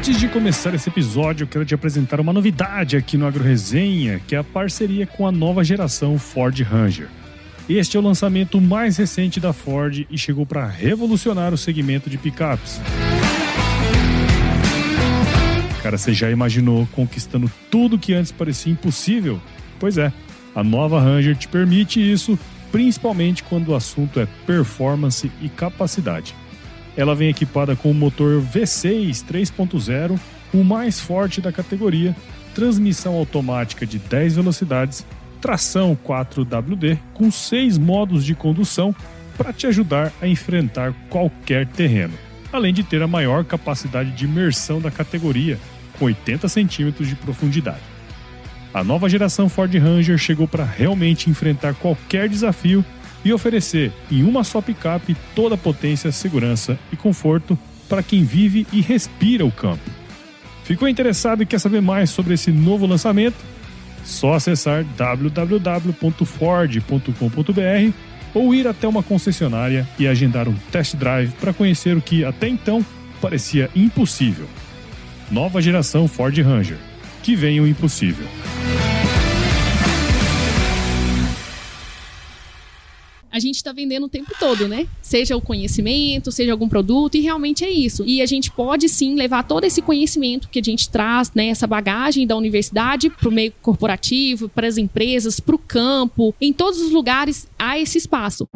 Antes de começar esse episódio, eu quero te apresentar uma novidade aqui no AgroResenha, que é a parceria com a nova geração Ford Ranger. Este é o lançamento mais recente da Ford e chegou para revolucionar o segmento de picapes. Cara, você já imaginou conquistando tudo que antes parecia impossível? Pois é, a nova Ranger te permite isso, principalmente quando o assunto é performance e capacidade. Ela vem equipada com o motor V6 3.0, o mais forte da categoria, transmissão automática de 10 velocidades, tração 4WD com 6 modos de condução para te ajudar a enfrentar qualquer terreno, além de ter a maior capacidade de imersão da categoria, com 80 centímetros de profundidade. A nova geração Ford Ranger chegou para realmente enfrentar qualquer desafio e oferecer em uma só picape toda a potência, segurança e conforto para quem vive e respira o campo. Ficou interessado e quer saber mais sobre esse novo lançamento? Só acessar www.ford.com.br ou ir até uma concessionária e agendar um test drive para conhecer o que até então parecia impossível. Nova geração Ford Ranger. Que venha o impossível. A gente está vendendo o tempo todo, né? Seja o conhecimento, seja algum produto, e realmente é isso. E a gente pode sim levar todo esse conhecimento que a gente traz, né, essa bagagem da universidade para o meio corporativo, para as empresas, para o campo. Em todos os lugares há esse espaço.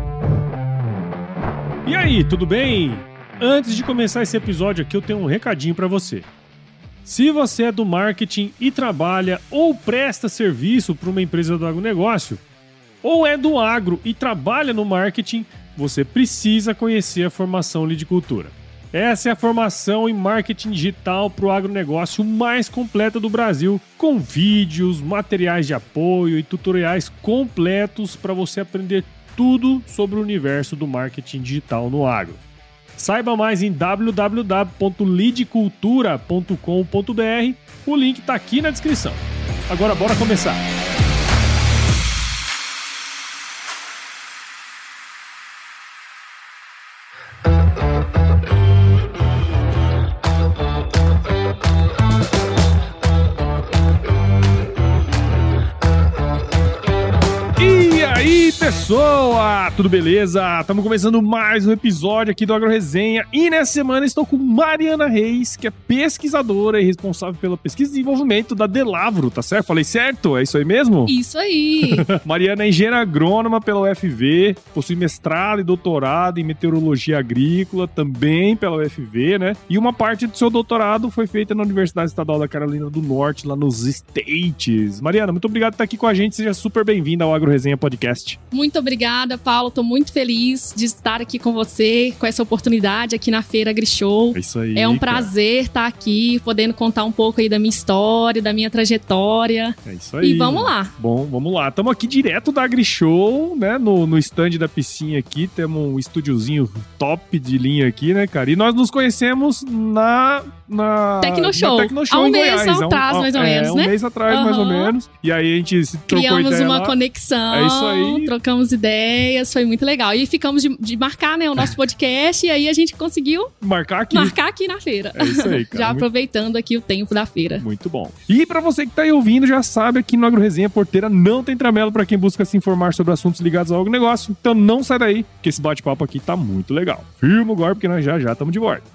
E aí, tudo bem? Antes de começar esse episódio aqui, eu tenho um recadinho para você. Se você é do marketing e trabalha ou presta serviço para uma empresa do agronegócio, ou é do agro e trabalha no marketing, você precisa conhecer a formação Lidicultura. Essa é a formação em marketing digital para o agronegócio mais completa do Brasil, com vídeos, materiais de apoio e tutoriais completos para você aprender tudo sobre o universo do marketing digital no agro. Saiba mais em www.lidicultura.com.br, o link está aqui na descrição. Agora bora começar! Pessoal, tudo beleza? Estamos começando mais um episódio aqui do AgroResenha e nessa semana estou com Mariana Reis, que é pesquisadora e responsável pela pesquisa e desenvolvimento da Delavro, tá certo? Falei certo? É isso aí mesmo? Isso aí! Mariana é engenheira agrônoma pela UFV, possui mestrado e doutorado em meteorologia agrícola, também pela UFV, né? E uma parte do seu doutorado foi feita na Universidade Estadual da Carolina do Norte, lá nos States. Mariana, muito obrigado por estar aqui com a gente, seja super bem-vinda ao AgroResenha Podcast. Muito obrigada, Paulo. Tô muito feliz de estar aqui com você, com essa oportunidade aqui na Feira AgriShow. É isso aí. É um prazer estar aqui, podendo contar um pouco aí da minha história, da minha trajetória. É isso aí. E vamos lá. Bom, vamos lá. Estamos aqui direto da AgriShow, né? No stand da piscina aqui. Temos um estúdiozinho top de linha aqui, né, cara? E nós nos conhecemos na Tecnoshow. Tecnoshow há um em mês Goiás. atrás, mais ou menos, né? Um mês atrás, mais ou menos. E aí a gente se trocou Criamos ideia uma lá. conexão. É isso aí. Trocamos ideias, foi muito legal. E ficamos de marcar, né, o nosso podcast e aí a gente conseguiu marcar aqui na feira. É isso aí, cara. Já aproveitando aqui o tempo da feira. Muito bom. E pra você que tá aí ouvindo, já sabe, aqui no AgroResenha Porteira não tem tramelo pra quem busca se informar sobre assuntos ligados ao agronegócio. Então não sai daí, que esse bate-papo aqui tá muito legal. Firma o golpe, porque nós já estamos de volta.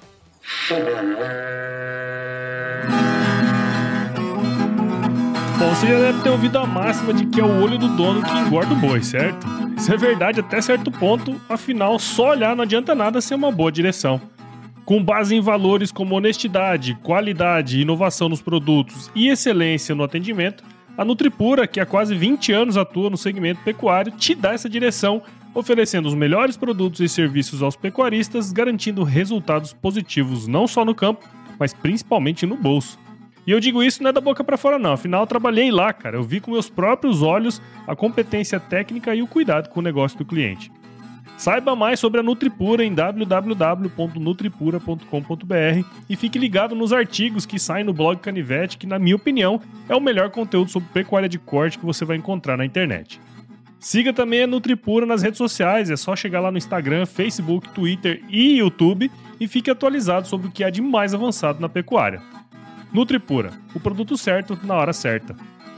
Bom, você já deve ter ouvido a máxima de que é o olho do dono que engorda o boi, certo? Isso é verdade até certo ponto, afinal, só olhar não adianta nada sem uma boa direção. Com base em valores como honestidade, qualidade, inovação nos produtos e excelência no atendimento, a Nutripura, que há quase 20 anos atua no segmento pecuário, te dá essa direção, oferecendo os melhores produtos e serviços aos pecuaristas, garantindo resultados positivos não só no campo, mas principalmente no bolso. E eu digo isso não é da boca pra fora não, afinal eu trabalhei lá, cara. Eu vi com meus próprios olhos a competência técnica e o cuidado com o negócio do cliente. Saiba mais sobre a Nutripura em www.nutripura.com.br e fique ligado nos artigos que saem no blog Canivete, que na minha opinião é o melhor conteúdo sobre pecuária de corte que você vai encontrar na internet. Siga também a Nutripura nas redes sociais, é só chegar lá no Instagram, Facebook, Twitter e YouTube e fique atualizado sobre o que há de mais avançado na pecuária. Nutripura, o produto certo na hora certa.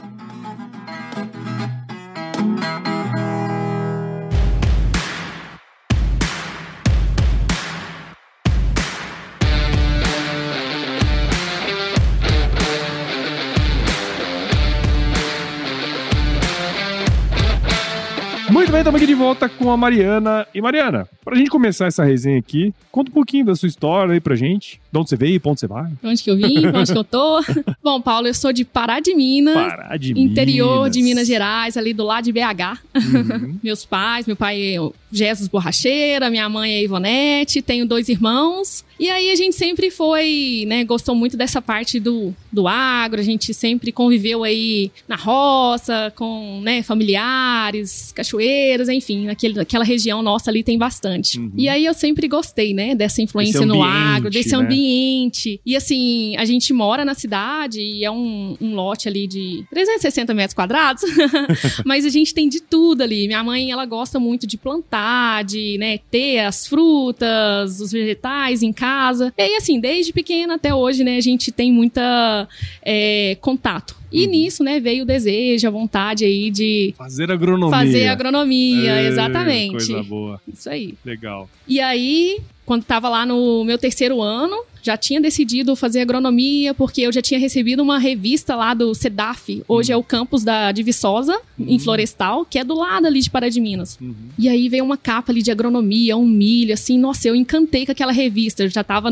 Muito bem, estamos aqui de volta com a Mariana. E Mariana, pra gente começar essa resenha aqui, conta um pouquinho da sua história aí pra gente. De onde você veio, pra onde você vai? Pra onde que eu vim, pra onde que eu tô. Bom, Paulo, eu sou de Pará de Minas. Pará de interior Minas. de Minas Gerais, ali do lado de BH. Uhum. Meus pais, meu pai é o Jesus Borracheira, minha mãe é a Ivonete, tenho 2 irmãos. E aí a gente sempre foi, né, gostou muito dessa parte do agro, a gente sempre conviveu aí na roça, com, né, familiares, cachoeiras, enfim, aquela região nossa ali tem bastante. Uhum. E aí eu sempre gostei, né, dessa influência no agro, desse ambiente. E assim, a gente mora na cidade e é um lote ali de 360 metros quadrados, mas a gente tem de tudo ali. Minha mãe, ela gosta muito de plantar, de, né, ter as frutas, os vegetais em casa. E aí, assim, desde pequena até hoje, né, a gente tem muita contato. E nisso, né, veio o desejo, a vontade aí de... Fazer agronomia. Fazer agronomia, exatamente. Coisa boa. Isso aí. Legal. E aí, quando tava lá no meu 3º ano, já tinha decidido fazer agronomia, porque eu já tinha recebido uma revista lá do CEDAF, hoje é o campus de Viçosa, em Florestal, que é do lado ali de Pará de Minas. E aí veio uma capa ali de agronomia, um milho, assim, nossa, eu encantei com aquela revista, eu já tava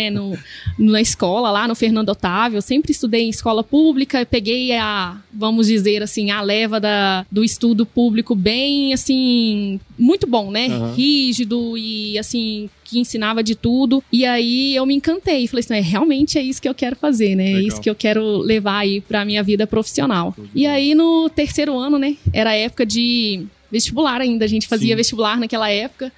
na escola lá, no Fernando Otávio, eu sempre estudei em escola pública, peguei vamos dizer assim, a leva do estudo público bem, assim, muito bom, né? Rígido e, assim, que ensinava de tudo. E aí eu me encantei. Falei assim, realmente é isso que eu quero fazer, né? Legal. É isso que eu quero levar aí pra minha vida profissional. E aí no 3º ano, né? Era a época de vestibular ainda, a gente fazia vestibular naquela época.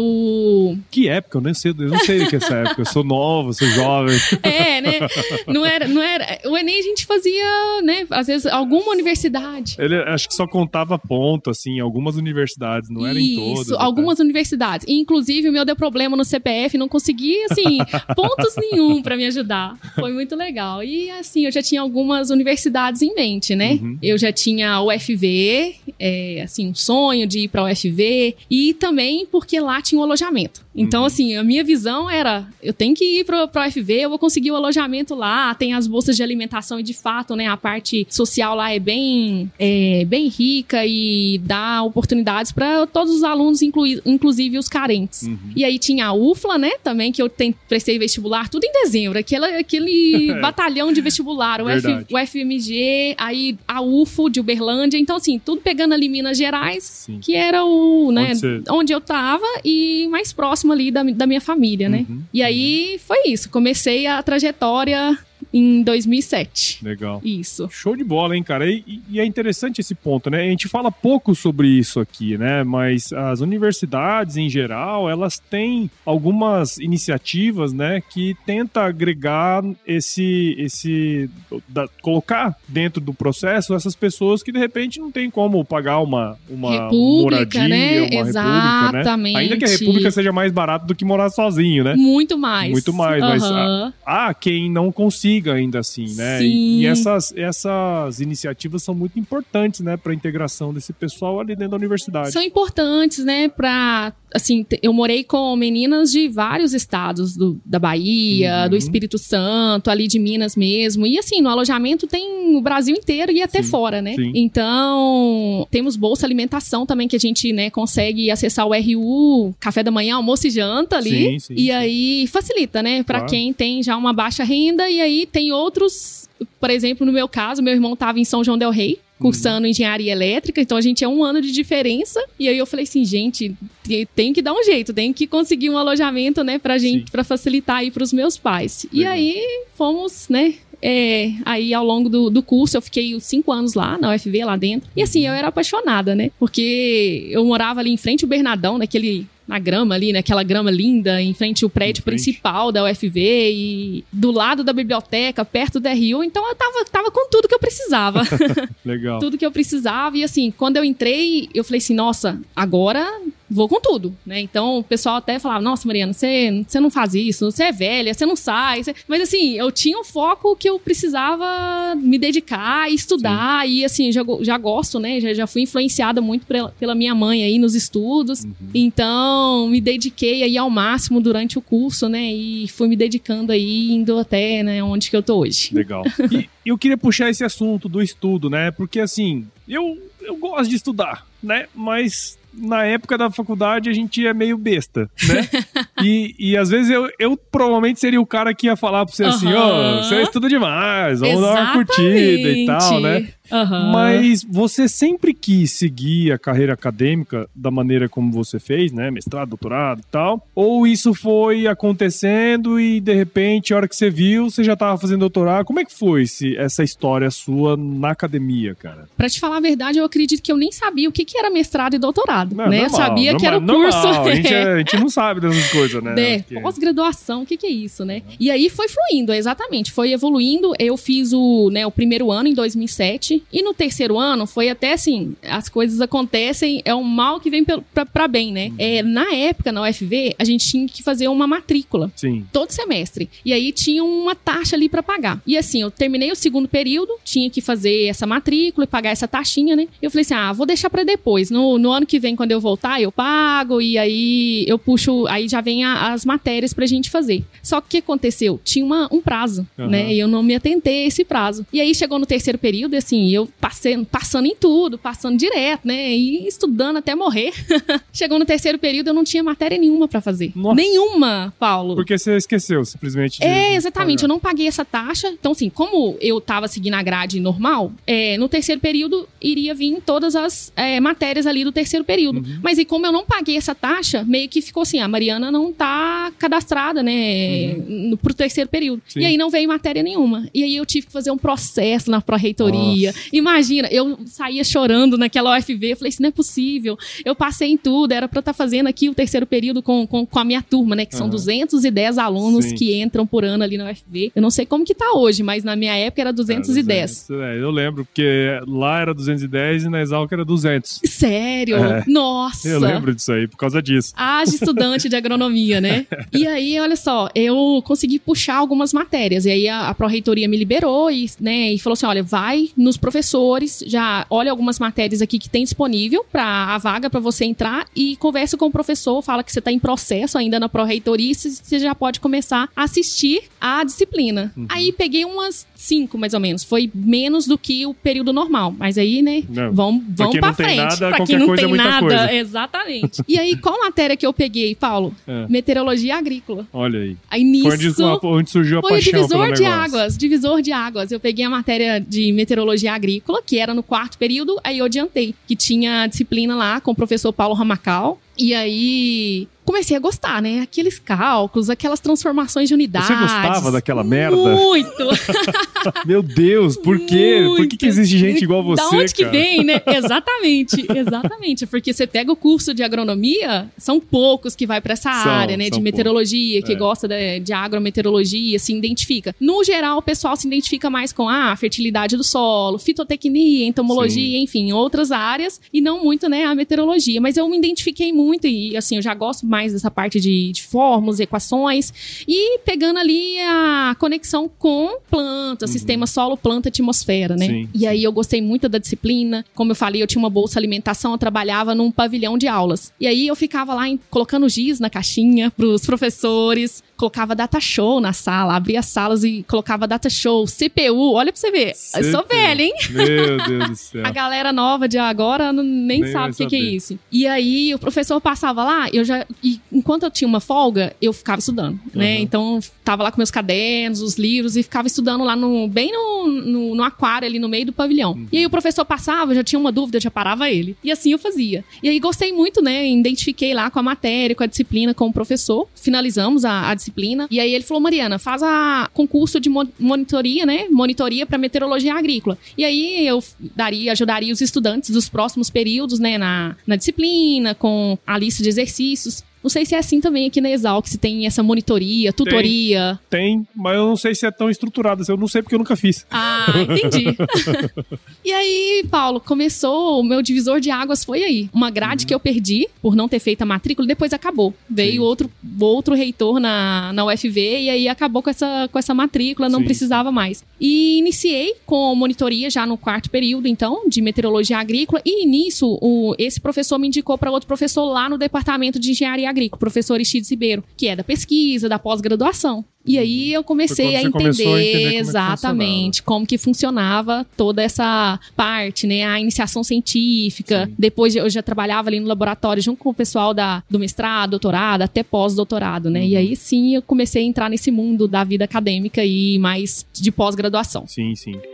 Que época? Eu não sei o que é essa época. Eu sou nova, sou jovem. Né? Não era... O Enem a gente fazia, né? Às vezes, alguma universidade. Ele acho que só contava ponto, assim, algumas universidades, não era em todas. Isso, algumas universidades. E, inclusive, o meu deu problema no CPF, não consegui, assim, pontos nenhum pra me ajudar. Foi muito legal. E, assim, eu já tinha algumas universidades em mente, né? Eu já tinha o UFV, assim, um sonho de ir para o UFV, e também porque lá tinha um alojamento. Então, assim, a minha visão era, eu tenho que ir para o UFV, eu vou conseguir o alojamento lá, tem as bolsas de alimentação e, de fato, né, a parte social lá é bem rica e dá oportunidades para todos os alunos, inclusive os carentes. E aí tinha a UFLA, né, também, que eu prestei vestibular, tudo em dezembro, aquele batalhão de vestibular, o FMG, aí a UFO de Uberlândia, então, assim, tudo pegando ali Minas Gerais, que era onde eu tava e mais próximo ali da minha família, né? E aí foi isso, comecei a trajetória em 2007. Legal. Isso. Show de bola, hein, cara? E é interessante esse ponto, né? A gente fala pouco sobre isso aqui, né? Mas as universidades, em geral, elas têm algumas iniciativas, né? Que tenta agregar colocar dentro do processo essas pessoas que, de repente, não tem como pagar uma república, moradia, né? uma Exatamente. República, né? Ainda que a república seja mais barato do que morar sozinho, né? Muito mais. Muito mais, mas há quem não consiga ainda assim, né? Sim. E essas iniciativas são muito importantes, né, para a integração desse pessoal ali dentro da universidade. São importantes, né, para, assim, eu morei com meninas de vários estados da Bahia, do Espírito Santo, ali de Minas mesmo, e assim, no alojamento tem o Brasil inteiro e até fora, né? Sim. Então, temos bolsa alimentação também, que a gente, né, consegue acessar o RU, café da manhã, almoço e janta ali, e aí facilita, né, para quem tem já uma baixa renda, e aí tem outros, por exemplo, no meu caso, meu irmão estava em São João del Rei, cursando engenharia elétrica, então a gente é 1 ano de diferença, e aí eu falei assim, gente, tem que dar um jeito, tem que conseguir um alojamento, né, pra gente, pra facilitar aí pros meus pais. Legal. E aí fomos, né, aí ao longo do curso eu fiquei os 5 anos lá na UFV, lá dentro, e assim, eu era apaixonada, né, porque eu morava ali em frente ao Bernadão, na grama ali, naquela grama linda, em frente ao prédio principal da UFV e do lado da biblioteca, perto da RU, então eu tava com tudo que eu precisava. Legal. Tudo que eu precisava, e assim, quando eu entrei, eu falei assim, nossa, agora vou com tudo, né? Então, o pessoal até falava, nossa, Mariana, você não faz isso, você é velha, você não sai. Mas, assim, eu tinha um foco que eu precisava me dedicar e estudar. Sim. E, assim, já gosto, né? Já fui influenciada muito pela minha mãe aí nos estudos. Uhum. Então, me dediquei aí ao máximo durante o curso, né? E fui me dedicando aí, indo até, né, onde que eu tô hoje. Legal. E eu queria puxar esse assunto do estudo, né? Porque, assim, eu gosto de estudar, né? Mas na época da faculdade a gente é meio besta, né? E às vezes eu provavelmente seria o cara que ia falar pra você assim, você estuda demais, vamos dar uma curtida e tal, né? Uhum. Mas você sempre quis seguir a carreira acadêmica da maneira como você fez, né? Mestrado, doutorado e tal? Ou isso foi acontecendo e, de repente, a hora que você viu, você já estava fazendo doutorado? Como é que foi essa história sua na academia, cara? Pra te falar a verdade, eu acredito que eu nem sabia o que era mestrado e doutorado, né? Normal, eu sabia que era o curso. A gente não sabe dessas coisas, né? Pós-graduação, o que é isso, né? Uhum. E aí foi fluindo, exatamente. Foi evoluindo. Eu fiz o primeiro ano em 2007. E no terceiro ano foi até assim, as coisas acontecem, é um mal que vem pra bem, né? Na época, na UFV, a gente tinha que fazer uma matrícula. Sim. Todo semestre. E aí tinha uma taxa ali pra pagar. E assim, eu terminei o segundo período, tinha que fazer essa matrícula e pagar essa taxinha, né? Eu falei assim, vou deixar pra depois. No ano que vem, quando eu voltar, eu pago e aí eu puxo, aí já vem as matérias pra gente fazer. Só que o que aconteceu? Tinha um prazo, né? E eu não me atentei a esse prazo. E aí chegou no terceiro período e assim, eu passando em tudo, passando direto, né? E estudando até morrer. Chegou no terceiro período, eu não tinha matéria nenhuma pra fazer. Nossa. Nenhuma, Paulo. Porque você esqueceu, simplesmente. Exatamente. Eu não paguei essa taxa. Então, assim, como eu tava seguindo a grade normal, no terceiro período iria vir todas as matérias ali do terceiro período. Uhum. Mas e como eu não paguei essa taxa, meio que ficou assim, a Mariana não tá cadastrada, né? Pro terceiro período. Sim. E aí não veio matéria nenhuma. E aí eu tive que fazer um processo na pró-reitoria. Imagina, eu saía chorando naquela UFV, eu falei, isso não é possível, eu passei em tudo, era pra eu estar fazendo aqui o terceiro período com a minha turma, né, que são 210 alunos que entram por ano ali na UFV. Eu não sei como que tá hoje, mas na minha época era 210. Eu lembro, porque lá era 210 e na Exalc era 200. Sério? Nossa! Eu lembro disso aí, por causa disso. De estudante de agronomia, né? E aí, olha só, eu consegui puxar algumas matérias, e aí a pró-reitoria me liberou e falou assim, olha, vai nos professores, já olha algumas matérias aqui que tem disponível para a vaga para você entrar e conversa com o professor, fala que você está em processo ainda na pró-reitoria e você já pode começar a assistir a disciplina. Uhum. Aí peguei umas 5, mais ou menos. Foi menos do que o período normal. Mas aí, né, vamos pra frente. Pra quem não tem nada, exatamente. E aí, qual matéria que eu peguei, Paulo? Meteorologia agrícola. Olha aí. Aí nisso... Foi onde surgiu a paixão pelo negócio. Divisor de águas. Eu peguei a matéria de meteorologia agrícola, que era no quarto período, aí eu adiantei. Que tinha disciplina lá com o professor Paulo Ramacal. E aí... comecei a gostar, né? Aqueles cálculos, aquelas transformações de unidades. Você gostava daquela merda? Muito! Meu Deus, por quê? Muito. Por que existe gente igual você, Da onde que vem, né? Exatamente. Porque você pega o curso de agronomia, são poucos que vai pra essa área, né? De meteorologia, que gosta de agrometeorologia, se identifica. No geral, o pessoal se identifica mais com a fertilidade do solo, fitotecnia, entomologia, enfim, outras áreas, e não muito, né, a meteorologia. Mas eu me identifiquei muito e, assim, eu já gosto mais dessa parte de fórmulas, equações, e pegando ali a conexão com planta, sistema solo, planta, atmosfera, né? Sim, e aí eu gostei muito da disciplina. Como eu falei, eu tinha uma bolsa alimentação, eu trabalhava num pavilhão de aulas. E aí eu ficava lá colocando giz na caixinha pros professores, colocava data show na sala, abria as salas e colocava data show, CPU, olha pra você ver. CPU. Eu sou velha, hein? Meu Deus do céu. A galera nova de agora nem sabe o que é isso. E aí o professor passava lá, e enquanto eu tinha uma folga, eu ficava estudando, né? Então, tava lá com meus cadernos, os livros, e ficava estudando lá bem no aquário, ali no meio do pavilhão. E aí o professor passava, eu já tinha uma dúvida, eu já parava ele. E assim eu fazia. E aí gostei muito, né? Identifiquei lá com a matéria, com a disciplina, com o professor. Finalizamos a disciplina. E aí ele falou, Mariana, faz a concurso de monitoria, né? Monitoria para meteorologia agrícola. E aí eu ajudaria os estudantes dos próximos períodos, né? Na disciplina, com a lista de exercícios. Não sei se é assim também aqui na Exalc, se tem essa monitoria, tutoria. Tem, mas eu não sei se é tão estruturado. Eu não sei porque eu nunca fiz. Ah, entendi. E aí, Paulo, começou, o meu divisor de águas foi aí. Uma grade que eu perdi por não ter feito a matrícula, depois acabou. Veio outro reitor na UFV e aí acabou com essa matrícula, não precisava mais. E iniciei com monitoria já no 4º período, então, de meteorologia agrícola. E nisso, esse professor me indicou para outro professor lá no departamento de engenharia agrícola, o professor Aristides Ribeiro, que é da pesquisa, da pós-graduação. E aí eu comecei a entender exatamente como que funcionava toda essa parte, né? A iniciação científica. Sim. Depois eu já trabalhava ali no laboratório junto com o pessoal do mestrado, doutorado, até pós-doutorado, né? E aí sim eu comecei a entrar nesse mundo da vida acadêmica e mais de pós-graduação. Sim.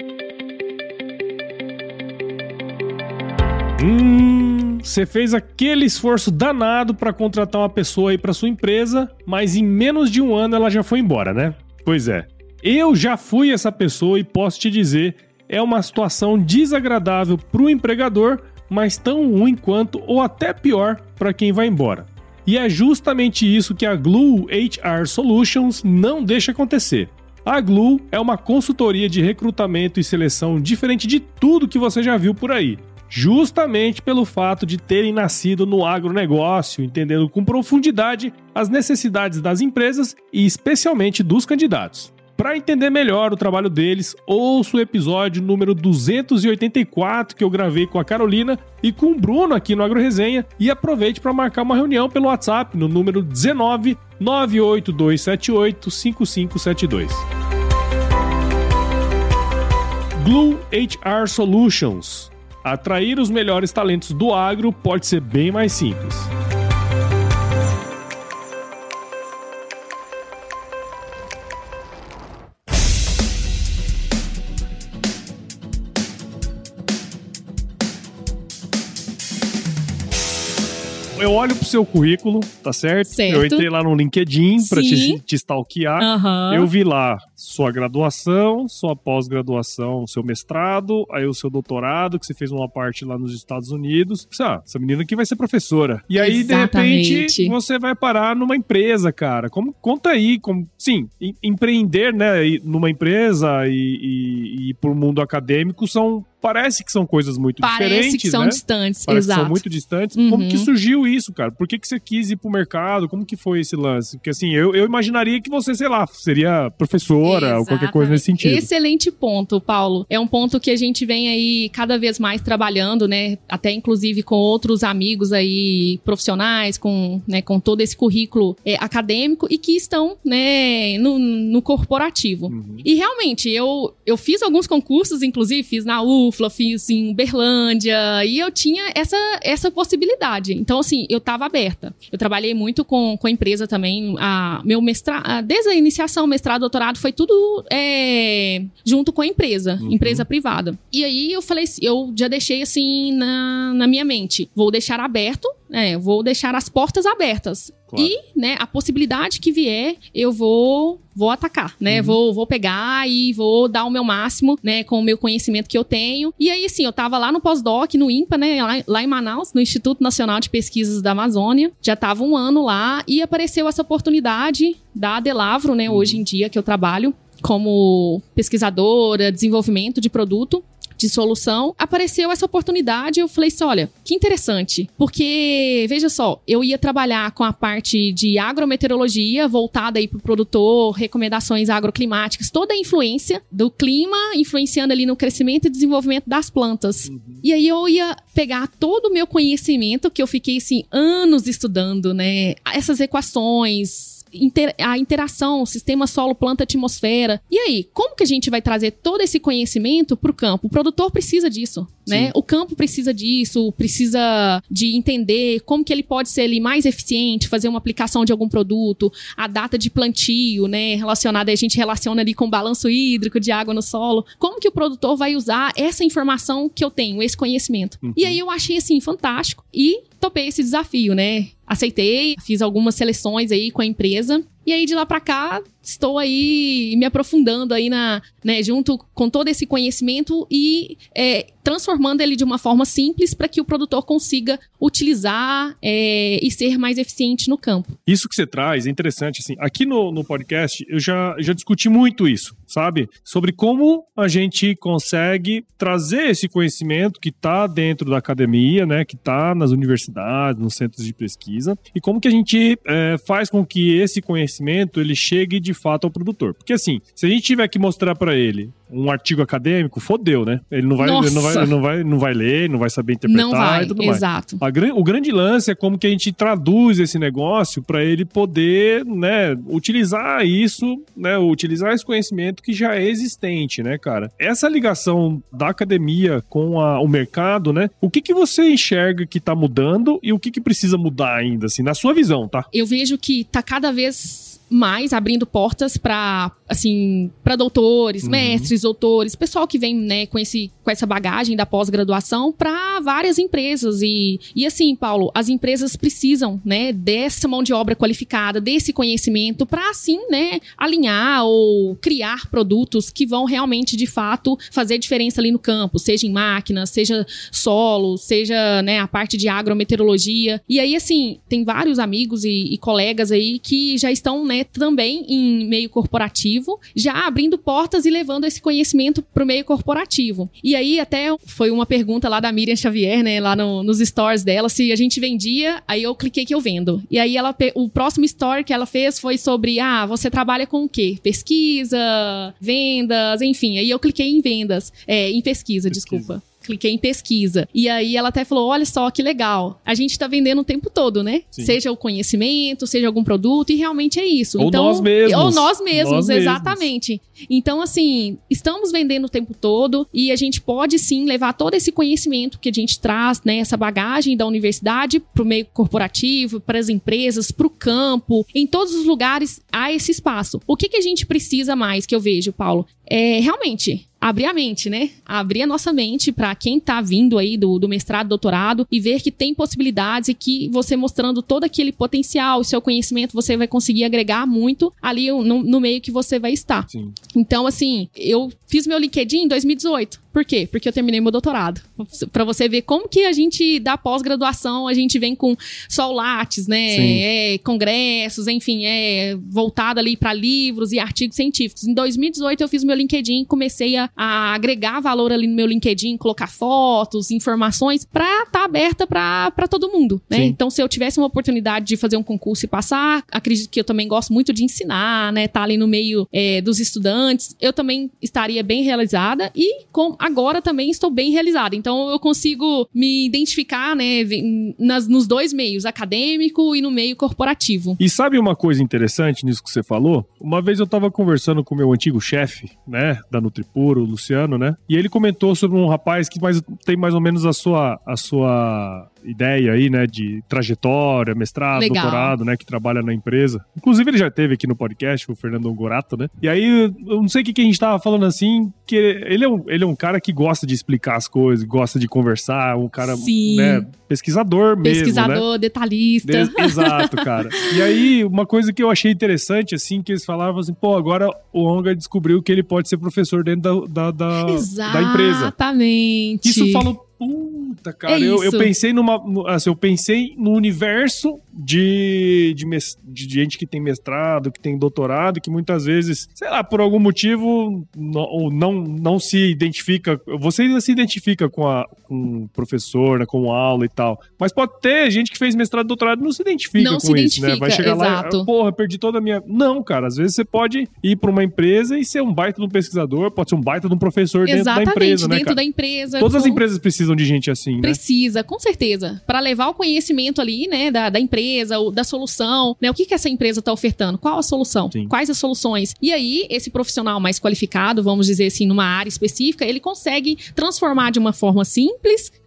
Você fez aquele esforço danado para contratar uma pessoa aí para sua empresa, mas em menos de um ano ela já foi embora, né? Pois é. Eu já fui essa pessoa e posso te dizer, é uma situação desagradável para o empregador, mas tão ruim quanto ou até pior para quem vai embora. E é justamente isso que a Glue HR Solutions não deixa acontecer. A Glue é uma consultoria de recrutamento e seleção diferente de tudo que você já viu por aí. Justamente pelo fato de terem nascido no agronegócio, entendendo com profundidade as necessidades das empresas e especialmente dos candidatos. Para entender melhor o trabalho deles, ouça o episódio número 284 que eu gravei com a Carolina e com o Bruno aqui no AgroResenha e aproveite para marcar uma reunião pelo WhatsApp no número 19 98278 5572. Glue HR Solutions. Atrair os melhores talentos do agro pode ser bem mais simples. Eu olho pro seu currículo, tá certo? Eu entrei lá no LinkedIn pra te stalkear. Eu vi lá sua graduação, sua pós-graduação, seu mestrado, aí o seu doutorado, que você fez uma parte lá nos Estados Unidos. Essa menina aqui vai ser professora. E aí, de repente, você vai parar numa empresa, cara. Conta aí, empreender, né, numa empresa e ir pro mundo acadêmico parece que são coisas muito diferentes, Parece que são distantes, Parece exato. Que são muito distantes. Como que surgiu isso, cara? Por que você quis ir pro mercado? Como que foi esse lance? Porque assim, eu imaginaria que você, sei lá, seria professora ou qualquer coisa nesse sentido. Excelente ponto, Paulo. É um ponto que a gente vem aí cada vez mais trabalhando, né? Até inclusive com outros amigos aí profissionais, com todo esse currículo acadêmico e que estão, né, no corporativo. E realmente, eu fiz alguns concursos, inclusive fiz na UFLA, fiz em Uberlândia, e eu tinha essa possibilidade. Então, assim, eu estava aberta. Eu trabalhei muito com a empresa também. Meu mestrado, desde a iniciação, mestrado, doutorado, foi tudo junto com a empresa, empresa privada. E aí eu falei, eu já deixei assim na minha mente, vou deixar aberto, vou deixar as portas abertas. Claro. E, né, a possibilidade que vier, eu vou atacar, né? Vou pegar e vou dar o meu máximo, né, com o meu conhecimento que eu tenho. E aí, assim, eu tava lá no pós-doc, no INPA, né, lá em Manaus, no Instituto Nacional de Pesquisas da Amazônia. Já tava um ano lá e apareceu essa oportunidade da Adelavro, né, hoje em dia, que eu trabalho como pesquisadora, desenvolvimento de produto, de solução, apareceu essa oportunidade e eu falei assim, olha, que interessante, porque, veja só, eu ia trabalhar com a parte de agrometeorologia, voltada aí pro produtor, recomendações agroclimáticas, toda a influência do clima, influenciando ali no crescimento e desenvolvimento das plantas. E aí eu ia pegar todo o meu conhecimento, que eu fiquei, assim, anos estudando, né, essas equações, a interação, sistema solo, planta, atmosfera. E aí, como que a gente vai trazer todo esse conhecimento para o campo? O produtor precisa disso, né? O campo precisa disso, precisa de entender como que ele pode ser ali mais eficiente, fazer uma aplicação de algum produto, a data de plantio, né? Relacionada, a gente relaciona ali com o balanço hídrico de água no solo. Como que o produtor vai usar essa informação que eu tenho, esse conhecimento? E aí eu achei, assim, fantástico e topei esse desafio, né? Aceitei, fiz algumas seleções aí com a empresa. E aí, de lá pra cá, estou aí me aprofundando aí junto com todo esse conhecimento e transformando ele de uma forma simples para que o produtor consiga utilizar e ser mais eficiente no campo. Isso que você traz é interessante, assim, aqui no podcast eu já discuti muito isso, sabe? Sobre como a gente consegue trazer esse conhecimento que está dentro da academia, né, que está nas universidades, nos centros de pesquisa, e como que a gente faz com que esse conhecimento ele chegue de fato ao produtor. Porque assim, se a gente tiver que mostrar para ele um artigo acadêmico, fodeu, né? Ele não vai ler, não vai saber interpretar, não vai, e tudo mais. Exato. O grande lance é como que a gente traduz esse negócio para ele poder, né, utilizar isso, né, utilizar esse conhecimento que já é existente, né, cara? Essa ligação da academia com o mercado, né? O que você enxerga que tá mudando e o que precisa mudar ainda, assim, na sua visão, tá? Eu vejo que tá cada vez mais abrindo portas para doutores, mestres, doutores, pessoal que vem, né, com essa bagagem da pós-graduação para várias empresas e assim, Paulo, as empresas precisam, né, dessa mão de obra qualificada, desse conhecimento para assim, né, alinhar ou criar produtos que vão realmente, de fato, fazer diferença ali no campo, seja em máquinas, seja solo, seja, né, a parte de agrometeorologia. E aí, assim, tem vários amigos e colegas aí que já estão, né, também em meio corporativo, já abrindo portas e levando esse conhecimento para o meio corporativo. E aí até foi uma pergunta lá da Miriam Xavier, né, lá nos stories dela, se a gente vendia, aí eu cliquei que eu vendo. E aí o próximo story que ela fez foi sobre, você trabalha com o quê? Pesquisa, vendas, enfim. Aí eu cliquei em vendas, em pesquisa, desculpa. Cliquei em pesquisa. E aí ela até falou, olha só que legal. A gente tá vendendo o tempo todo, né? Sim. Seja o conhecimento, seja algum produto, e realmente é isso. Ou nós mesmos. Ou nós mesmos, exatamente. Então, assim, estamos vendendo o tempo todo e a gente pode sim levar todo esse conhecimento que a gente traz, né? Essa bagagem da universidade pro meio corporativo, para as empresas, pro campo. Em todos os lugares há esse espaço. O que a gente precisa mais, que eu vejo, Paulo? Realmente abrir a mente, né? Abrir a nossa mente para quem tá vindo aí do mestrado, doutorado e ver que tem possibilidades e que você mostrando todo aquele potencial, o seu conhecimento, você vai conseguir agregar muito ali no meio que você vai estar. Sim. Então, assim, eu fiz meu LinkedIn em 2018. Por quê? Porque eu terminei meu doutorado. Pra você ver como que a gente, da pós-graduação, a gente vem com só o Lattes, né? Congressos, enfim, voltado ali para livros e artigos científicos. Em 2018 eu fiz meu LinkedIn, comecei a agregar valor ali no meu LinkedIn, colocar fotos, informações, pra estar aberta pra todo mundo, né? Sim. Então, se eu tivesse uma oportunidade de fazer um concurso e passar, acredito que eu também gosto muito de ensinar, né? Tá ali no meio dos estudantes, eu também estaria bem realizada e agora também estou bem realizada. Então, eu consigo me identificar, né, nos dois meios, acadêmico e no meio corporativo. E sabe uma coisa interessante nisso que você falou? Uma vez eu estava conversando com o meu antigo chefe, né, da Nutripuro, o Luciano, né? E ele comentou sobre um rapaz que tem mais ou menos a sua ideia aí, né, de trajetória, mestrado, legal, doutorado, né, que trabalha na empresa. Inclusive, ele já esteve aqui no podcast, o Fernando Gorato, né? E aí, eu não sei o que a gente tava falando assim, que ele é um cara que gosta de explicar as coisas, gosta de conversar, um cara, né, pesquisador mesmo, pesquisador, né? Detalhista. Exato, cara. E aí, uma coisa que eu achei interessante, assim, que eles falavam assim, pô, agora o Onga descobriu que ele pode ser professor dentro da empresa. Exatamente. Isso falou, puta, cara, eu pensei eu pensei no universo de gente que tem mestrado, que tem doutorado, que muitas vezes, sei lá, por algum motivo não se identifica, você ainda se identifica com o professor, né, com a aula e tal, mas pode ter gente que fez mestrado e doutorado e não se identifica com isso, né? Vai chegar exato. Lá, porra, perdi toda a minha... Não, cara, às vezes você pode ir pra uma empresa e ser um baita de um pesquisador, pode ser um baita de um professor dentro da empresa, né, dentro da empresa. Todas as empresas precisam de gente assim, né? Precisa, com certeza. Para levar o conhecimento ali, né, da empresa, da solução, né? O que essa empresa está ofertando? Qual a solução? Sim. Quais as soluções? E aí, esse profissional mais qualificado, vamos dizer assim, numa área específica, ele consegue transformar de uma forma simples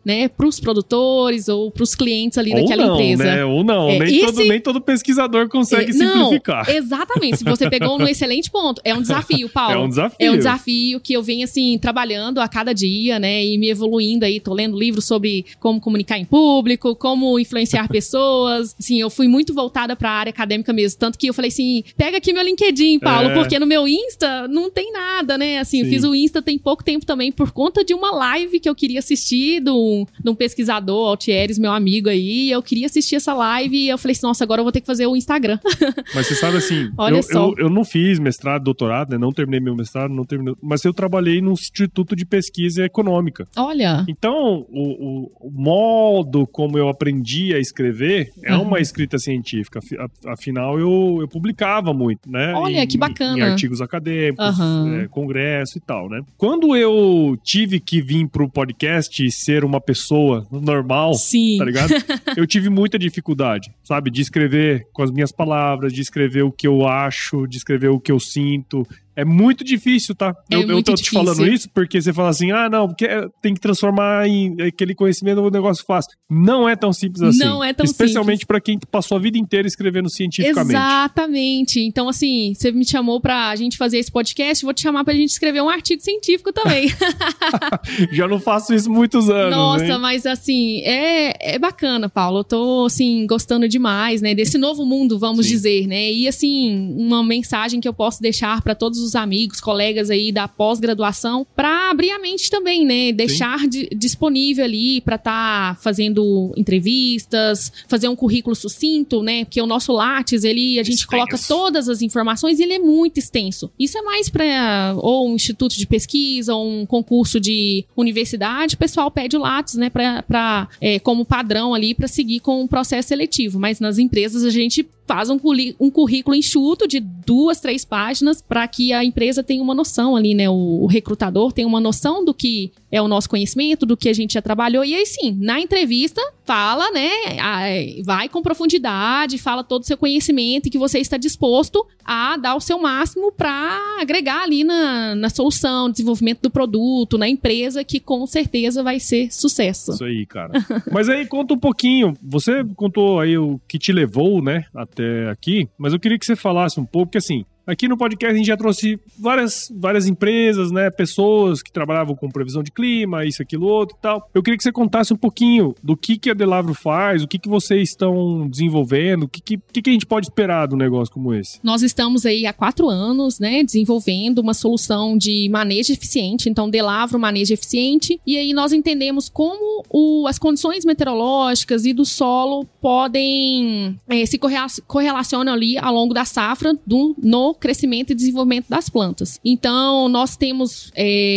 né, pros produtores ou pros clientes ali daquela empresa. Né? Ou não, nem todo pesquisador consegue simplificar. Exatamente, se você pegou um excelente ponto. É um desafio, Paulo. É um desafio. É um desafio que eu venho, assim, trabalhando a cada dia, né, e me evoluindo aí. Tô lendo livros sobre como comunicar em público, como influenciar pessoas. Assim, eu fui muito voltada pra área acadêmica mesmo. Tanto que eu falei assim, pega aqui meu LinkedIn, Paulo, porque no meu Insta não tem nada, né? Assim, eu fiz o Insta tem pouco tempo também por conta de uma live que eu queria assistir de um pesquisador, Altieres, meu amigo aí. Eu queria assistir essa live e eu falei assim, nossa, agora eu vou ter que fazer o Instagram. Mas você sabe assim, Olha só. Eu não fiz mestrado, doutorado, né? Não terminei meu mestrado, mas eu trabalhei num instituto de pesquisa econômica. Olha. Então, o modo como eu aprendi a escrever é uma escrita científica. Afinal, eu publicava muito, né? Olha, que bacana. Em artigos acadêmicos, congresso e tal, né? Quando eu tive que vir pro podcast e ser uma pessoa normal, tá ligado? Eu tive muita dificuldade, sabe? De escrever com as minhas palavras, de escrever o que eu acho, de escrever o que eu sinto. É muito difícil, tá? Eu tô te falando isso porque você fala assim, não, porque tem que transformar em aquele conhecimento num negócio fácil. Não é tão simples assim. Não é tão Especialmente pra quem passou a vida inteira escrevendo cientificamente. Exatamente. Então, assim, você me chamou pra gente fazer esse podcast, vou te chamar pra gente escrever um artigo científico também. Já não faço isso muitos anos, Nossa, hein? mas assim, é bacana, Paulo. Eu tô, assim, gostando demais, né? Desse novo mundo, vamos dizer, né? E, assim, uma mensagem que eu posso deixar pra todos os amigos, colegas aí da pós-graduação, para abrir a mente também, né? Deixar disponível ali para estar fazendo entrevistas, fazer um currículo sucinto, né? Porque o nosso Lattes, a gente coloca todas as informações e ele é muito extenso. Isso é mais para ou um instituto de pesquisa, ou um concurso de universidade, o pessoal pede o Lattes, né? Como padrão ali para seguir com o processo seletivo. Mas nas empresas a gente faz um currículo enxuto de 2, 3 páginas para que a empresa tenha uma noção ali, né? O recrutador tenha uma noção do que é o nosso conhecimento, do que a gente já trabalhou. E aí sim, na entrevista, fala, né? Vai com profundidade, fala todo o seu conhecimento e que você está disposto a dar o seu máximo para agregar ali na solução, desenvolvimento do produto, na empresa, que com certeza vai ser sucesso. Isso aí, cara. Mas aí conta um pouquinho. Você contou aí o que te levou, né? Até aqui, mas eu queria que você falasse um pouco, porque assim, aqui no podcast a gente já trouxe várias empresas, né, pessoas que trabalhavam com previsão de clima, isso, aquilo, outro e tal. Eu queria que você contasse um pouquinho do que a Delavro faz, o que vocês estão desenvolvendo, o que a gente pode esperar de um negócio como esse. Nós estamos aí há 4 anos, né, desenvolvendo uma solução de manejo eficiente, então Delavro Manejo Eficiente, e aí nós entendemos como as condições meteorológicas e do solo podem se correlacionam ali ao longo da safra no crescimento e desenvolvimento das plantas. Então, nós temos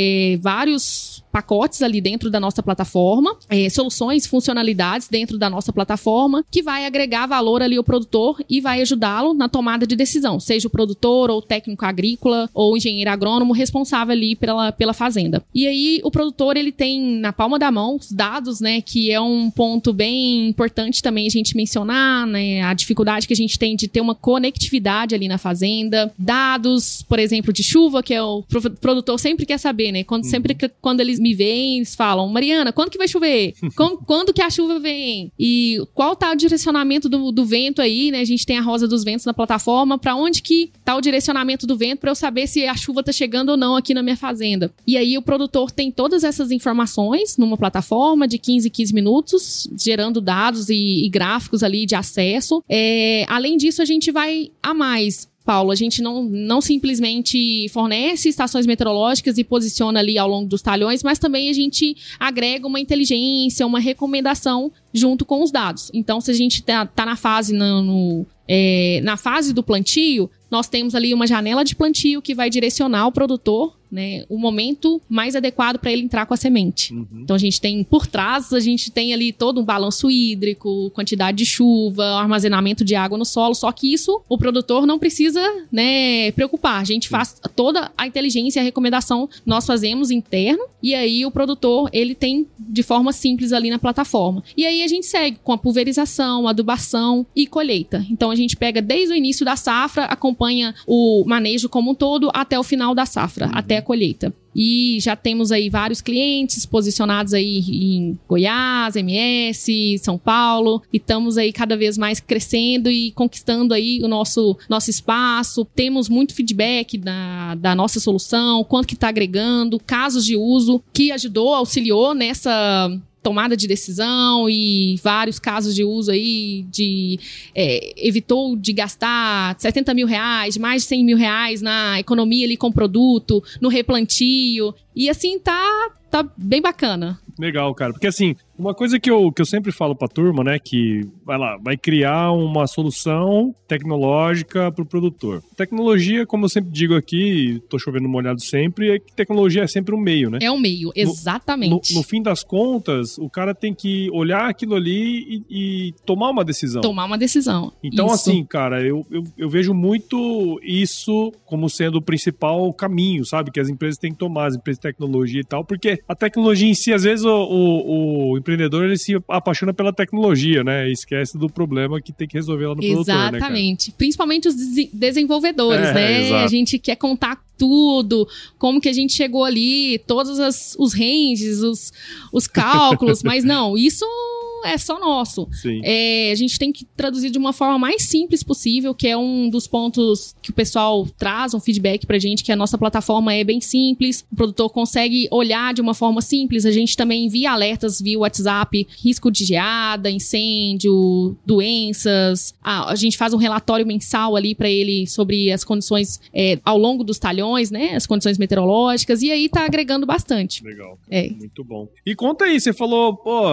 vários pacotes ali dentro da nossa plataforma, soluções, funcionalidades dentro da nossa plataforma, que vai agregar valor ali ao produtor e vai ajudá-lo na tomada de decisão, seja o produtor ou técnico agrícola ou engenheiro agrônomo responsável ali pela fazenda. E aí, o produtor, ele tem na palma da mão os dados, né, que é um ponto bem importante também a gente mencionar, né, a dificuldade que a gente tem de ter uma conectividade ali na fazenda, dados, por exemplo, de chuva, que é o produtor sempre quer saber, né, quando eles me veem, eles falam, Mariana, quando que vai chover? Quando que a chuva vem? E qual tá o direcionamento do vento aí, né? A gente tem a rosa dos ventos na plataforma, para onde que tá o direcionamento do vento para eu saber se a chuva tá chegando ou não aqui na minha fazenda. E aí o produtor tem todas essas informações numa plataforma de 15 minutos, gerando dados e gráficos ali de acesso. Além disso, a gente vai a mais. Paulo, a gente não simplesmente fornece estações meteorológicas e posiciona ali ao longo dos talhões, mas também a gente agrega uma inteligência, uma recomendação junto com os dados. Então, se a gente tá na fase na fase do plantio, nós temos ali uma janela de plantio que vai direcionar o produtor, né, o momento mais adequado para ele entrar com a semente. Então a gente tem por trás, a gente tem ali todo um balanço hídrico, quantidade de chuva, armazenamento de água no solo, só que isso o produtor não precisa, né, preocupar. A gente faz toda a inteligência e a recomendação, nós fazemos interno, e aí o produtor, ele tem de forma simples ali na plataforma. E aí a gente segue com a pulverização, adubação e colheita. Então a gente pega desde o início da safra, acompanha o manejo como um todo até o final da safra, até a colheita. E já temos aí vários clientes posicionados aí em Goiás, MS, São Paulo. E estamos aí cada vez mais crescendo e conquistando aí o nosso espaço. Temos muito feedback da nossa solução, quanto que está agregando, casos de uso que auxiliou nessa tomada de decisão e vários casos de uso aí evitou de gastar R$70 mil, mais de R$100 mil na economia ali com o produto, no replantio. E assim tá bem bacana. Legal, cara. Porque assim, uma coisa que eu sempre falo pra turma, né, que vai criar uma solução tecnológica pro produtor. Tecnologia, como eu sempre digo aqui, tô chovendo molhado sempre, é que tecnologia é sempre um meio, né? É um meio, exatamente. No fim das contas, o cara tem que olhar aquilo ali e tomar uma decisão. Tomar uma decisão. Então, isso. Assim, cara, eu vejo muito isso como sendo o principal caminho, sabe? Que as empresas têm que tomar, as empresas de tecnologia e tal, porque a tecnologia em si, às vezes, o empreendedor, ele se apaixona pela tecnologia, né? E esquece do problema que tem que resolver lá no produtor, né, cara? Exatamente. Principalmente os desenvolvedores, né? Exato. A gente quer contar tudo, como que a gente chegou ali, todos os ranges, os cálculos, mas não, isso é só nosso. Sim. A gente tem que traduzir de uma forma mais simples possível, que é um dos pontos que o pessoal traz, um feedback pra gente, que a nossa plataforma é bem simples, o produtor consegue olhar de uma forma simples, a gente também envia alertas via WhatsApp, risco de geada, incêndio, doenças, a gente faz um relatório mensal ali pra ele sobre as condições ao longo dos talhões, né, as condições meteorológicas, e aí tá agregando bastante. Legal. Muito bom. E conta aí, você falou,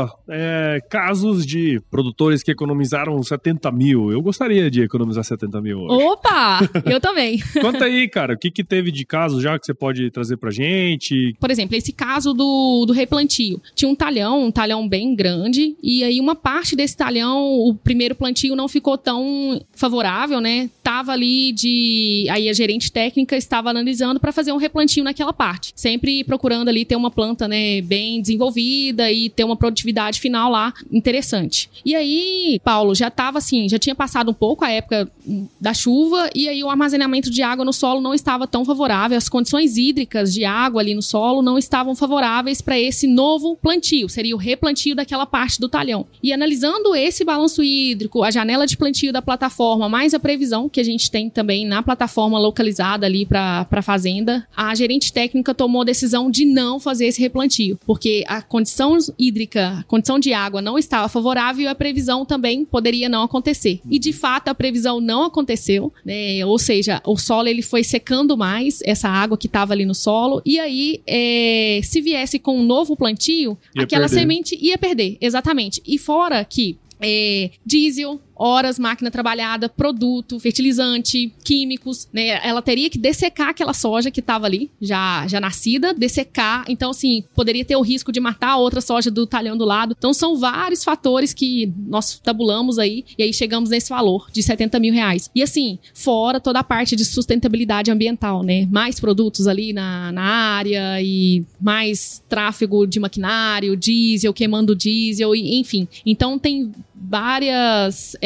casos de produtores que economizaram 70 mil. Eu gostaria de economizar 70 mil hoje. Opa! Eu também. Conta aí, cara, o que teve de caso já que você pode trazer pra gente? Por exemplo, esse caso do replantio. Tinha um talhão bem grande, e aí uma parte desse talhão, o primeiro plantio não ficou tão favorável, né? Tava ali aí a gerente técnica estava analisando para fazer um replantio naquela parte. Sempre procurando ali ter uma planta, né, bem desenvolvida e ter uma produtividade final lá interessante. E aí, Paulo, já tinha passado um pouco a época da chuva, e aí o armazenamento de água no solo não estava tão favorável, as condições hídricas de água ali no solo não estavam favoráveis para esse novo plantio, seria o replantio daquela parte do talhão. E analisando esse balanço hídrico, a janela de plantio da plataforma, mais a previsão que a gente tem também na plataforma localizada ali para a fazenda, a gerente técnica tomou a decisão de não fazer esse replantio, porque a condição hídrica, a condição de água não estava favorável e a previsão também poderia não acontecer. E de fato a previsão não aconteceu, né? Ou seja, o solo ele foi secando mais essa água que estava ali no solo, e aí se viesse com um novo plantio, aquela semente ia perder, exatamente. E fora que diesel, horas, máquina trabalhada, produto, fertilizante, químicos, né? Ela teria que dessecar aquela soja que estava ali, já nascida, dessecar. Então, assim, poderia ter o risco de matar a outra soja do talhão do lado. Então, são vários fatores que nós tabulamos aí, e aí chegamos nesse valor de 70 mil reais. E assim, fora toda a parte de sustentabilidade ambiental, né? Mais produtos ali na área e mais tráfego de maquinário, diesel, queimando diesel, e, enfim. Então, tem várias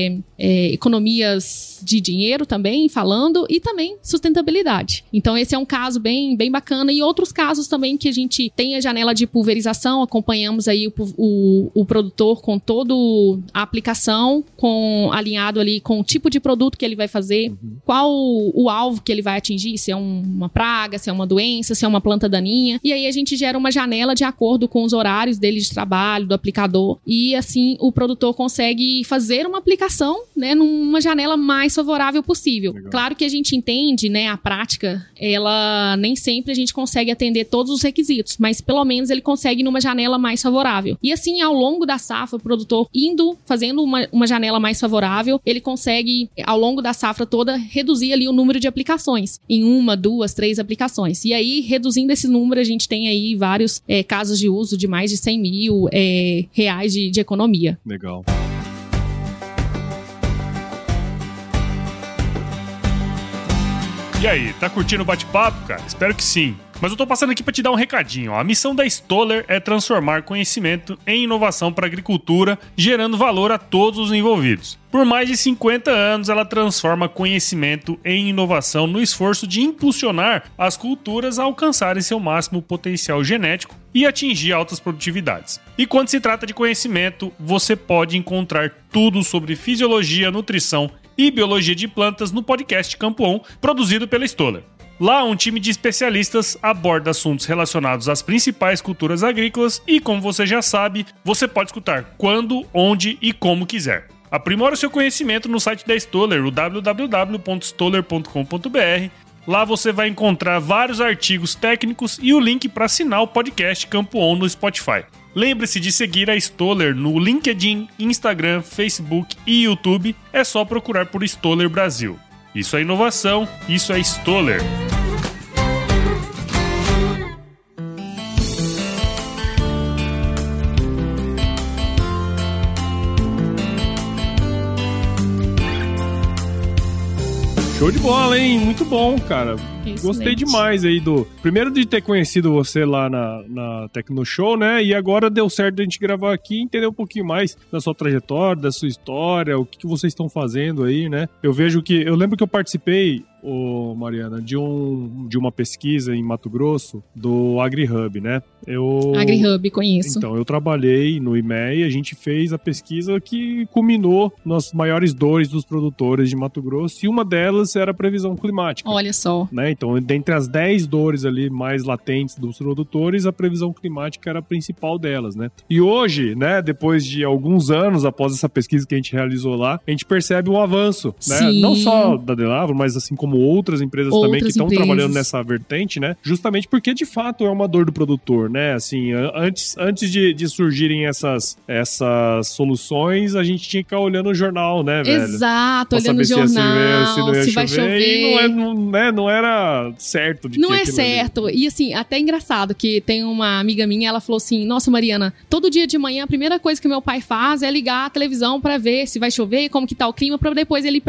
economias de dinheiro também falando, e também sustentabilidade. Então esse é um caso bem bacana, e outros casos também que a gente tem a janela de pulverização, acompanhamos aí o produtor com toda a aplicação, alinhado ali com o tipo de produto que ele vai fazer, qual o alvo que ele vai atingir, se é uma praga, se é uma doença, se é uma planta daninha, e aí a gente gera uma janela de acordo com os horários dele de trabalho, do aplicador, e assim o produtor consegue fazer uma aplicação, né, numa janela mais favorável possível. Legal. Claro que a gente entende, né, a prática, ela nem sempre a gente consegue atender todos os requisitos, mas pelo menos ele consegue numa janela mais favorável. E assim, ao longo da safra, o produtor fazendo uma janela mais favorável, ele consegue, ao longo da safra toda, reduzir ali o número de aplicações, em 1, 2, 3 aplicações. E aí, reduzindo esse número, a gente tem aí vários casos de uso de mais de 100 mil reais de economia. Legal. E aí, tá curtindo o bate-papo, cara? Espero que sim. Mas eu tô passando aqui para te dar um recadinho. A missão da Stoller é transformar conhecimento em inovação para a agricultura, gerando valor a todos os envolvidos. Por mais de 50 anos, ela transforma conhecimento em inovação no esforço de impulsionar as culturas a alcançarem seu máximo potencial genético e atingir altas produtividades. E quando se trata de conhecimento, você pode encontrar tudo sobre fisiologia, nutrição e biologia de plantas no podcast Campo On, produzido pela Stoller. Lá, um time de especialistas aborda assuntos relacionados às principais culturas agrícolas e, como você já sabe, você pode escutar quando, onde e como quiser. Aprimore o seu conhecimento no site da Stoller, o www.stoller.com.br. Lá você vai encontrar vários artigos técnicos e o link para assinar o podcast Campo On no Spotify. Lembre-se de seguir a Stoller no LinkedIn, Instagram, Facebook e YouTube. É só procurar por Stoller Brasil. Isso é inovação, isso é Stoller. Show de bola, hein? Muito bom, cara. Excelente. Gostei demais aí primeiro de ter conhecido você lá na Tecnoshow, né? E agora deu certo a gente gravar aqui e entender um pouquinho mais da sua trajetória, da sua história, o que vocês estão fazendo aí, né? Eu lembro que eu participei, Mariana, de uma pesquisa em Mato Grosso do AgriHub, né? AgriHub, conheço. Então, eu trabalhei no IMEA, a gente fez a pesquisa que culminou nas maiores dores dos produtores de Mato Grosso, e uma delas era a previsão climática. Olha só. Né? Então, dentre as 10 dores ali mais latentes dos produtores, a previsão climática era a principal delas, né? E hoje, né, depois de alguns anos após essa pesquisa que a gente realizou lá, a gente percebe um avanço, né? Sim. Não só da Delavo, mas assim como outras empresas também que estão trabalhando nessa vertente, né? Justamente porque, de fato, é uma dor do produtor, né? Assim, antes de surgirem essas soluções, a gente tinha que ficar olhando o jornal, né, velho? Exato, olhando o jornal, se vai chover. E não era certo. Não é certo. E assim, até engraçado que tem uma amiga minha, ela falou assim, nossa, Mariana, todo dia de manhã a primeira coisa que meu pai faz é ligar a televisão pra ver se vai chover, como que tá o clima, pra depois ele ir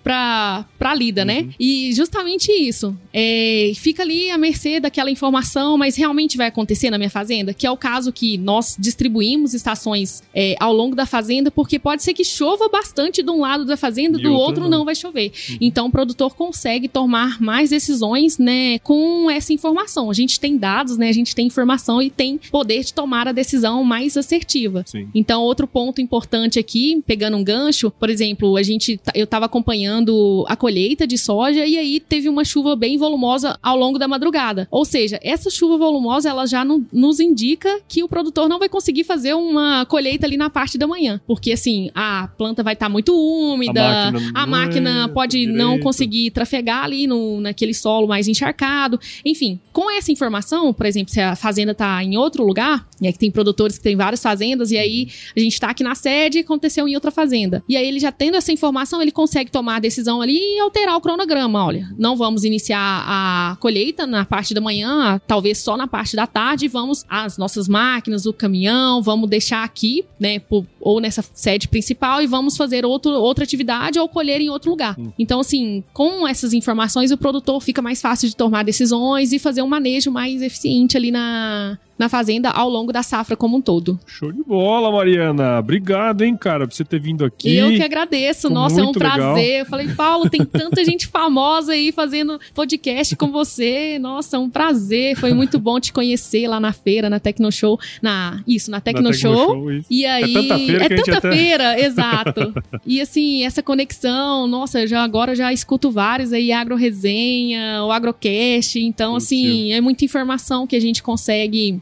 pra lida, né? E justamente isso. Fica ali à mercê daquela informação, mas realmente vai acontecer na minha fazenda? Que é o caso que nós distribuímos estações ao longo da fazenda, porque pode ser que chova bastante de um lado da fazenda, do outro não vai chover. Então o produtor consegue tomar mais decisões, né, com essa informação. A gente tem dados, né, a gente tem informação e tem poder de tomar a decisão mais assertiva. Sim. Então, outro ponto importante aqui, pegando um gancho, por exemplo, eu estava acompanhando a colheita de soja e aí teve uma chuva bem volumosa ao longo da madrugada. Ou seja, essa chuva volumosa, ela já nos indica que o produtor não vai conseguir fazer uma colheita ali na parte da manhã. Porque, assim, a planta vai estar muito úmida, a máquina pode não conseguir trafegar ali naquele solo mais encharcado. Enfim, com essa informação, por exemplo, se a fazenda está em outro lugar, e aí tem produtores que têm várias fazendas, e aí a gente está aqui na sede e aconteceu em outra fazenda. E aí ele já tendo essa informação, ele consegue tomar a decisão ali e alterar o cronograma. Olha, não vamos iniciar a colheita na parte da manhã, talvez só na parte da tarde, vamos as nossas máquinas, o caminhão, vamos deixar aqui, né, ou nessa sede principal e vamos fazer outra atividade ou colher em outro lugar. Então, assim, com essas informações, o produtor fica mais fácil de tomar decisões e fazer um manejo mais eficiente ali na fazenda ao longo da safra como um todo. Show de bola, Mariana. Obrigado, hein, cara, por você ter vindo aqui. Eu que agradeço. Nossa, é um prazer. Legal. Eu falei, Paulo, tem tanta gente famosa aí fazendo podcast com você. Nossa, é um prazer. Foi muito bom te conhecer lá na feira, na Tecnoshow. Na Tecnoshow. E aí... É tanta feira, exato. E assim, essa conexão, nossa, agora já escuto vários aí, AgroResenha, o Agrocast. Então, assim, é muita informação que a gente consegue,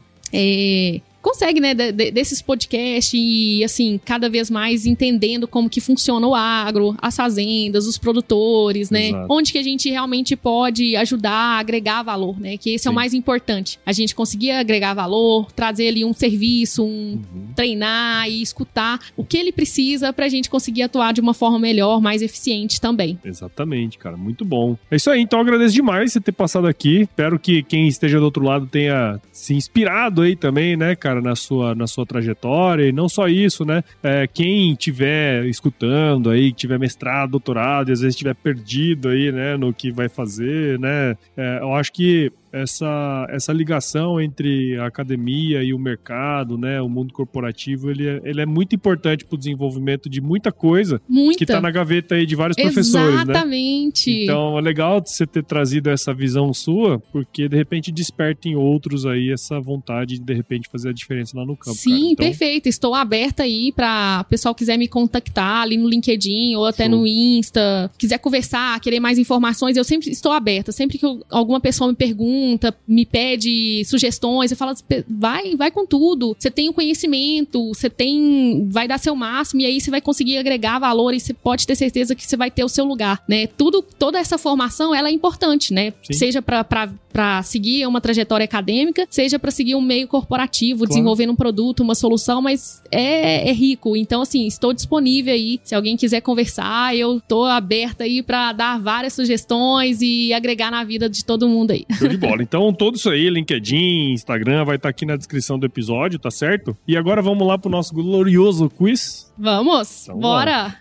né, desses podcasts e, assim, cada vez mais entendendo como que funciona o agro, as fazendas, os produtores, né? Exato. Onde que a gente realmente pode ajudar, agregar valor, né? Que esse é o mais importante. A gente conseguir agregar valor, trazer ali um serviço, treinar e escutar o que ele precisa pra gente conseguir atuar de uma forma melhor, mais eficiente também. Exatamente, cara. Muito bom. É isso aí. Então, eu agradeço demais você ter passado aqui. Espero que quem esteja do outro lado tenha se inspirado aí também, né, cara? cara, na sua trajetória, e não só isso, né? Quem tiver escutando aí, que tiver mestrado, doutorado, e às vezes tiver perdido aí, né, no que vai fazer, né? Eu acho que essa ligação entre a academia e o mercado, né, o mundo corporativo, ele é muito importante para o desenvolvimento de muita coisa que está na gaveta aí de vários professores, né? Exatamente. Então é legal você ter trazido essa visão sua, porque de repente desperta em outros aí essa vontade de repente fazer a diferença lá no campo. Sim, cara. Então, perfeito. Estou aberta aí para o pessoal quiser me contactar ali no LinkedIn ou até no Insta, quiser conversar, querer mais informações, eu sempre estou aberta. Sempre que alguma pessoa me pergunta, me pede sugestões, eu falo, vai com tudo. Você tem o conhecimento, vai dar seu máximo e aí você vai conseguir agregar valor e você pode ter certeza que você vai ter o seu lugar, né? Toda essa formação, ela é importante, né? Sim. Seja para seguir uma trajetória acadêmica, seja para seguir um meio corporativo, desenvolvendo um produto, uma solução, mas é rico. Então, assim, estou disponível aí. Se alguém quiser conversar, eu tô aberta aí para dar várias sugestões e agregar na vida de todo mundo aí. Show de bola. Então, tudo isso aí, LinkedIn, Instagram, vai estar aqui na descrição do episódio, tá certo? E agora vamos lá pro nosso glorioso quiz. Vamos, então, bora!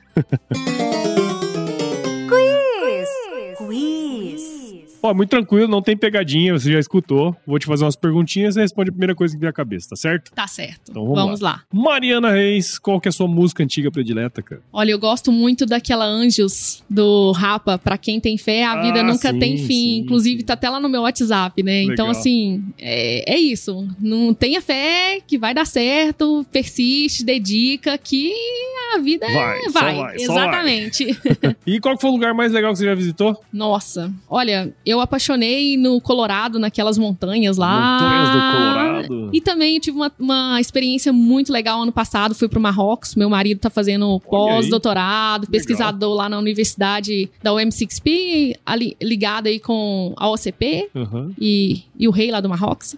Ó, muito tranquilo, não tem pegadinha, você já escutou. Vou te fazer umas perguntinhas e você responde a primeira coisa que vier à cabeça, tá certo? Tá certo. Então vamos lá. Mariana Reis, qual que é a sua música antiga predileta, cara? Olha, eu gosto muito daquela Anjos, do Rapa. Pra quem tem fé, a vida nunca tem fim. Sim, inclusive, tá até lá no meu WhatsApp, né? Legal. Então, assim, é isso. Não tenha fé que vai dar certo, persiste, dedica, que a vida vai. Exatamente. E qual que foi o lugar mais legal que você já visitou? Nossa, olha, eu apaixonei no Colorado, naquelas montanhas lá. Montanhas do Colorado. E também eu tive uma experiência muito legal ano passado. Fui pro Marrocos. Meu marido tá fazendo pós-doutorado, pesquisador lá na universidade da UM6P, ligado aí com a OCP e o rei lá do Marrocos.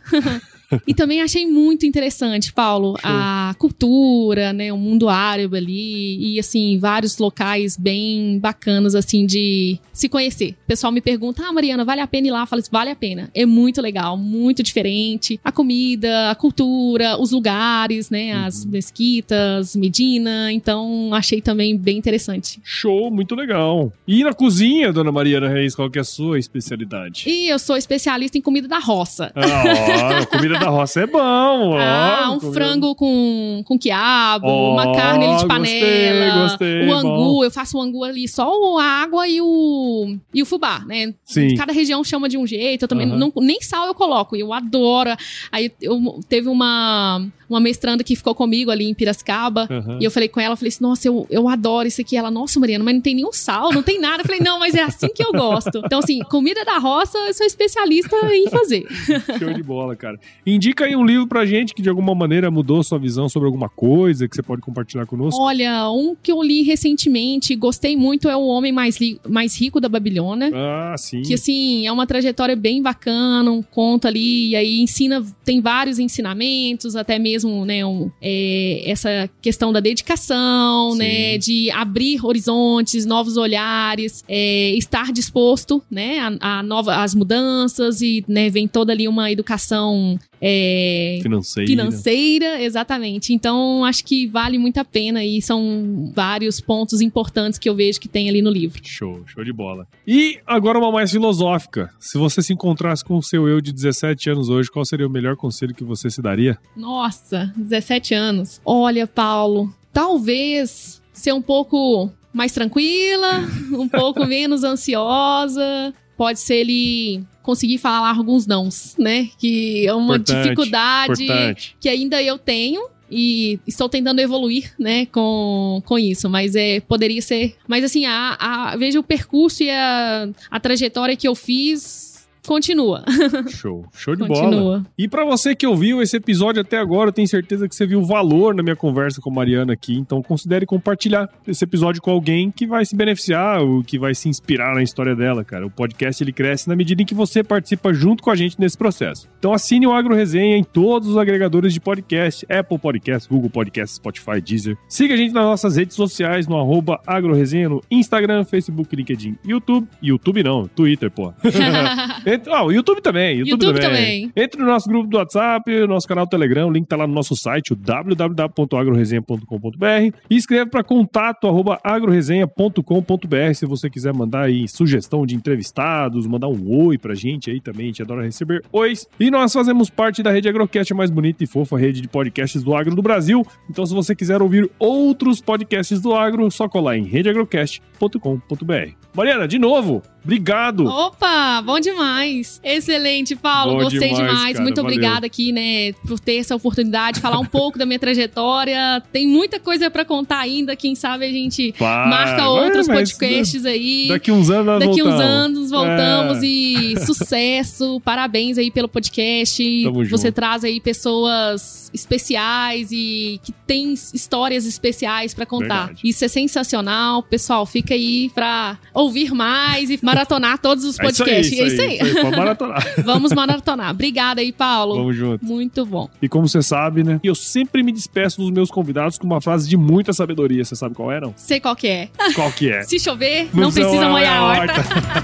E também achei muito interessante, Paulo, a cultura, né, o mundo árabe ali e, assim, vários locais bem bacanas, assim, de se conhecer. O pessoal me pergunta, Mariana, vale a pena ir lá? Eu falo, vale a pena. É muito legal, muito diferente. A comida, a cultura, os lugares, né, as mesquitas, Medina, então achei também bem interessante. Show, muito legal. E na cozinha, dona Mariana Reis, qual que é a sua especialidade? E eu sou especialista em comida da roça. Comida da roça é bom. Frango com quiabo, uma carne de panela, gostei, o angu, eu faço o angu ali, só a água e o fubá, né? Sim. Cada região chama de um jeito, eu também nem sal eu coloco, eu adoro. Aí teve uma mestranda que ficou comigo ali em Piracicaba, e eu falei com ela, assim, nossa, eu adoro isso aqui. Ela, nossa, Mariana, mas não tem nenhum sal, não tem nada. Eu falei, não, mas é assim que eu gosto. Então, assim, comida da roça, eu sou especialista em fazer. Show de bola, cara. Indica aí um livro pra gente que de alguma maneira mudou sua visão sobre alguma coisa que você pode compartilhar conosco. Olha, um que eu li recentemente, gostei muito, é O Homem Mais Rico da Babilônia. Sim. Que, assim, é uma trajetória bem bacana, um conto ali, e aí tem vários ensinamentos, até mesmo, né, essa questão da dedicação, né, de abrir horizontes, novos olhares, estar disposto, né, às mudanças e, né, vem toda ali uma educação financeira, exatamente. Então, acho que vale muito a pena e são vários pontos importantes que eu vejo que tem ali no livro. Show de bola. E agora uma mais filosófica. Se você se encontrasse com o seu eu de 17 anos hoje, qual seria o melhor conselho que você se daria? Nossa, 17 anos. Olha, Paulo, talvez ser um pouco mais tranquila, um pouco menos ansiosa. Pode ser ele conseguir falar alguns nãos, né? Que é uma dificuldade que ainda eu tenho e estou tentando evoluir, né, com isso. Mas poderia ser... Mas assim, veja o percurso e a trajetória que eu fiz... Continua. Show de bola. E pra você que ouviu esse episódio até agora, eu tenho certeza que você viu valor na minha conversa com a Mariana aqui, então considere compartilhar esse episódio com alguém que vai se beneficiar ou que vai se inspirar na história dela, cara. O podcast, ele cresce na medida em que você participa junto com a gente nesse processo. Então assine o Agro Resenha em todos os agregadores de podcast, Apple Podcasts, Google Podcasts, Spotify, Deezer. Siga a gente nas nossas redes sociais, no @agroresenha, no Instagram, Facebook, LinkedIn, YouTube não, Twitter, pô. O YouTube também. YouTube também. Entre no nosso grupo do WhatsApp, nosso canal do Telegram, o link tá lá no nosso site, o www.agroresenha.com.br, e escreve para contato@agroresenha.com.br se você quiser mandar aí sugestão de entrevistados, mandar um oi pra gente aí também, a gente adora receber ois. E nós fazemos parte da Rede Agrocast, a mais bonita e fofa rede de podcasts do agro do Brasil. Então, se você quiser ouvir outros podcasts do agro, só colar em redeagrocast.com.br. Mariana, de novo, obrigado. Opa, bom demais. Excelente, Paulo. Bom Gostei demais, demais. cara, Muito valeu. obrigada aqui, né, por ter essa oportunidade de falar um pouco da minha trajetória. Tem muita coisa pra contar ainda. Quem sabe a gente marca outros podcasts aí. Daqui uns anos nós voltamos. Voltamos e sucesso. Parabéns aí pelo podcast. Tamo Você junto. traz aí pessoas especiais e que tem histórias especiais pra contar. Verdade. Isso é sensacional. Pessoal, fica aí pra ouvir mais e maratonar todos os podcasts. É isso aí. Pode maratonar. Vamos maratonar. Obrigada aí, Paulo. Vamos junto. Muito bom. E como você sabe, né? Eu sempre me despeço dos meus convidados com uma frase de muita sabedoria. Você sabe qual é, não? Sei qual que é. Qual que é? Se chover, não precisa molhar a horta.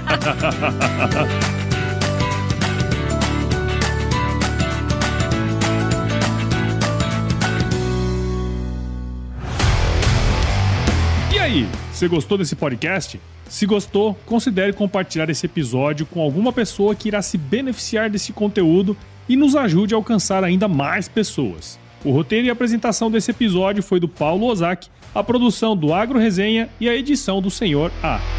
E aí, você gostou desse podcast? Se gostou, considere compartilhar esse episódio com alguma pessoa que irá se beneficiar desse conteúdo e nos ajude a alcançar ainda mais pessoas. O roteiro e a apresentação desse episódio foi do Paulo Ozaki, a produção do Agro Resenha e a edição do Senhor A.